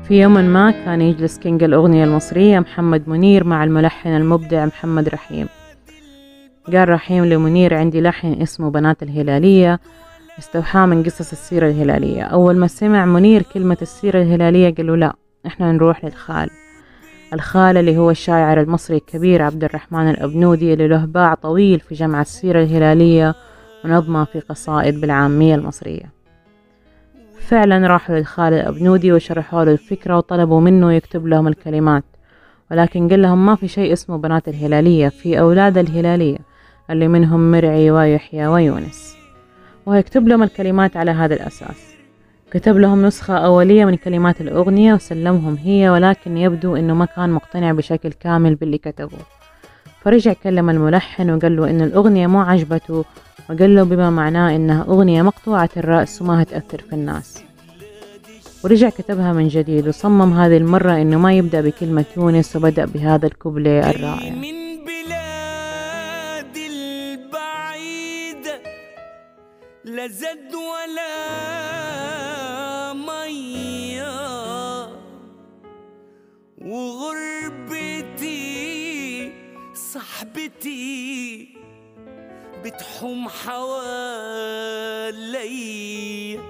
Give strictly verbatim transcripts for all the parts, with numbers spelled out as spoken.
في يوم ما كان يجلس كينج الأغنية المصرية محمد منير مع الملحن المبدع محمد رحيم. قال رحيم لمنير: عندي لحن اسمه بنات الهلالية، استوحاه من قصص السيرة الهلالية. أول ما سمع منير كلمة السيرة الهلالية قال له: لا، إحنا نروح للخال. الخال اللي هو الشاعر المصري الكبير عبد الرحمن الأبنودي، اللي له باع طويل في جمع السيرة الهلالية ونظمها في قصائد بالعامية المصرية. فعلا راحوا للخال الأبنودي وشرحوا له الفكرة وطلبوا منه يكتب لهم الكلمات، ولكن قال لهم: ما في شيء اسمه بنات الهلالية، في أولاد الهلالية اللي منهم مرعي ويحيى ويونس، وهيكتب لهم الكلمات على هذا الأساس. كتب لهم نسخة أولية من كلمات الأغنية وسلمهم هي، ولكن يبدو أنه ما كان مقتنع بشكل كامل باللي كتبه، فرجع كلم الملحن وقال له إن الأغنية مو عجبته، وقال له بما معناه إنها أغنية مقطوعة الرأس وما هتأثر في الناس، ورجع كتبها من جديد، وصمم هذه المرة إنه ما يبدأ بكلمة يونس، وبدأ بهذا الكوبليه الرائع: من بلاد البعيدة لا زاد ولا مية، وغربتي صاحبتي بتحوم حوالي.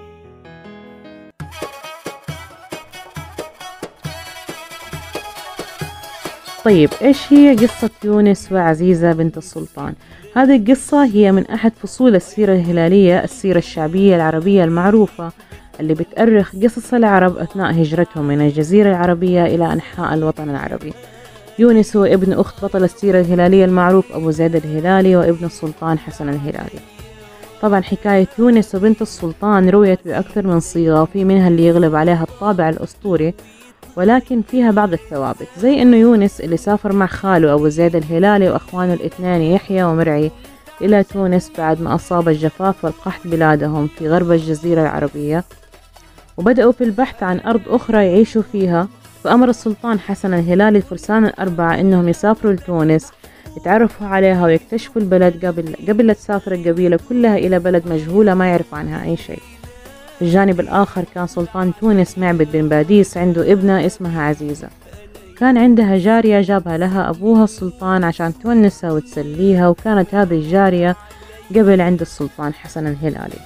طيب، إيش هي قصة يونس وعزيزة بنت السلطان؟ هذه القصة هي من أحد فصول السيرة الهلالية، السيرة الشعبية العربية المعروفة اللي بتأرخ قصص العرب أثناء هجرتهم من الجزيرة العربية إلى أنحاء الوطن العربي. يونس هو ابن أخت بطل السيرة الهلالية المعروف أبو زيد الهلالي، وابن السلطان حسن الهلالي. طبعا حكاية يونس وبنت السلطان رويت بأكثر من صيغة، وفي منها اللي يغلب عليها الطابع الأسطوري، ولكن فيها بعض الثوابت، زي إنه يونس اللي سافر مع خاله أبو زيد الهلالي وأخوانه الاثنين يحيى ومرعي إلى تونس بعد ما أصاب الجفاف والقحط بلادهم في غرب الجزيرة العربية، وبدأوا في البحث عن أرض أخرى يعيشوا فيها. فأمر السلطان حسن الهلالي الفرسان الأربعة إنهم يسافروا لتونس يتعرفوا عليها ويكتشفوا البلد قبل قبل لا تسافر القبيلة كلها إلى بلد مجهولة ما يعرف عنها أي شيء. في الجانب الآخر كان سلطان تونس معبد بن باديس عنده ابنة اسمها عزيزة، كان عندها جارية جابها لها أبوها السلطان عشان تونسها وتسليها، وكانت هذه الجارية قبل عند السلطان حسن الهلالي،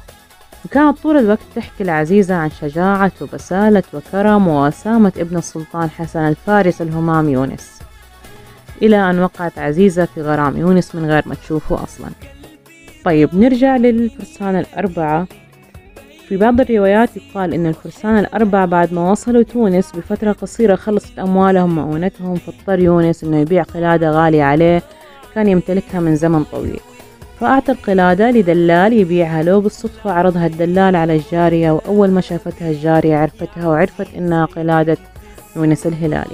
وكانت طول الوقت تحكي لعزيزة عن شجاعة وبسالة وكرم ووسامة ابن السلطان حسن الفارس الهمام يونس، إلى أن وقعت عزيزة في غرام يونس من غير ما تشوفه أصلا. طيب، نرجع للفرسان الأربعة. في بعض الروايات يقال إن الفرسان الأربعة بعد ما وصلوا تونس بفترة قصيرة خلصت أموالهم ومؤونتهم، فاضطر يونس إنه يبيع قلادة غالية عليه كان يمتلكها من زمن طويل، فأعطى القلادة لدلال يبيعها له. بالصدفة عرضها الدلال على الجارية، وأول ما شافتها الجارية عرفتها وعرفت إنها قلادة يونس الهلالي،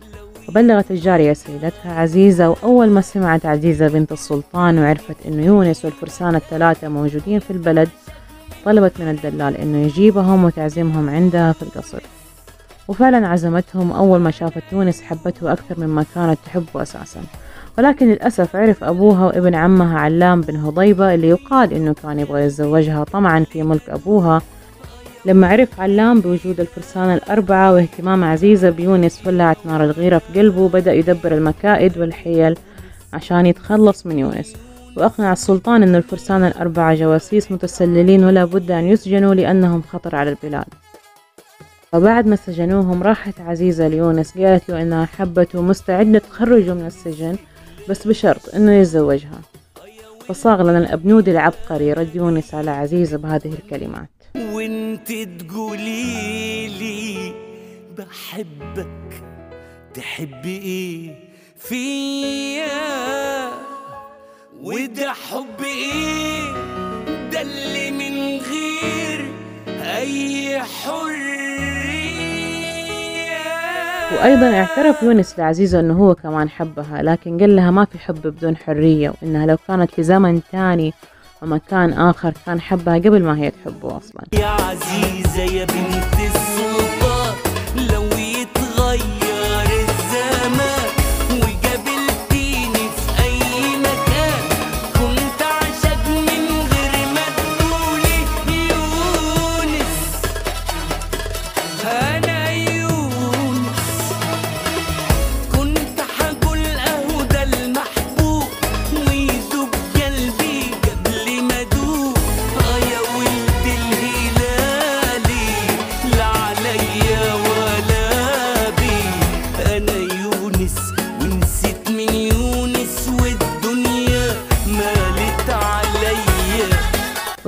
وبلغت الجارية سيدتها عزيزة. وأول ما سمعت عزيزة بنت السلطان وعرفت إنه يونس والفرسان الثلاثة موجودين في البلد، طلبت من الدلال إنه يجيبهم وتعزمهم عندها في القصر، وفعلا عزمتهم. أول ما شافت يونس حبته أكثر مما كانت تحبه أساسا، ولكن للأسف عرف أبوها وابن عمها علام بن هضيبة اللي يقال إنه كان يبغى يتزوجها طمعا في ملك أبوها. لما عرف علام بوجود الفرسان الأربعة واهتمام عزيزة بيونس، ولعت نار الغيرة في قلبه، وبدأ يدبر المكائد والحيل عشان يتخلص من يونس، وأقنع السلطان أن الفرسان الأربعة جواسيس متسللين ولا بد أن يسجنوا لأنهم خطر على البلاد. وبعد ما سجنوهم راحت عزيزة ليونس قالت له أنها حبته مستعدة تخرجه من السجن، بس بشرط أنه يتزوجها. فصاغ لنا الأبنودي العبقري رد يونس على عزيزة بهذه الكلمات: وانت تقوليلي بحبك تحبي ايه فيا، وده حب ايه ده اللي من غير اي حرية. وأيضا اعترف يونس لعزيزة أنه هو كمان حبها، لكن قال لها ما في حب بدون حرية، وإنها لو كانت في زمن تاني ومكان آخر كان حبها قبل ما هي تحبه أصلا. يا عزيزة يا بنت السلطان، لو يتغير الزمان وقابلتيني في أي مكان، كنت عاشق من غير ما تقولي يونس. أنا يونس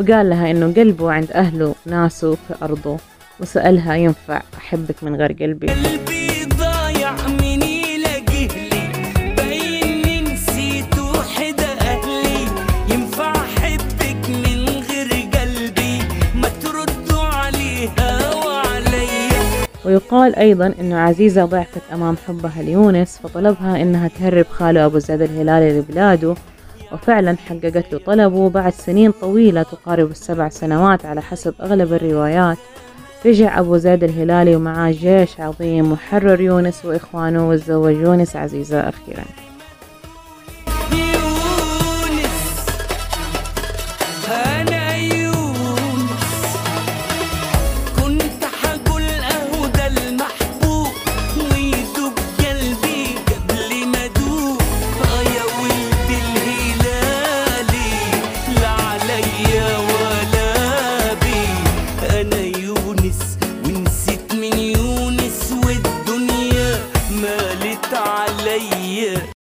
وقال لها إنه قلبه عند أهله وناسه في أرضه، وسألها ينفع أحبك من غير قلبي؟ قلبي ضايع مني لجهلي، باين نسيت وحدة أهلي، ينفع أحبك من غير قلبي؟ ما تردوا عليها وعليا. ويقال أيضا أنه عزيزة ضعفت أمام حبها ليونس، فطلبها أنها تهرب خاله أبو زيد الهلالي لبلاده، وفعلا حققت له طلبه. بعد سنين طويلة تقارب السبع سنوات على حسب أغلب الروايات، رجع أبو زيد الهلالي ومعاه جيش عظيم وحرر يونس وإخوانه وتزوج يونس عزيزة أخيرا.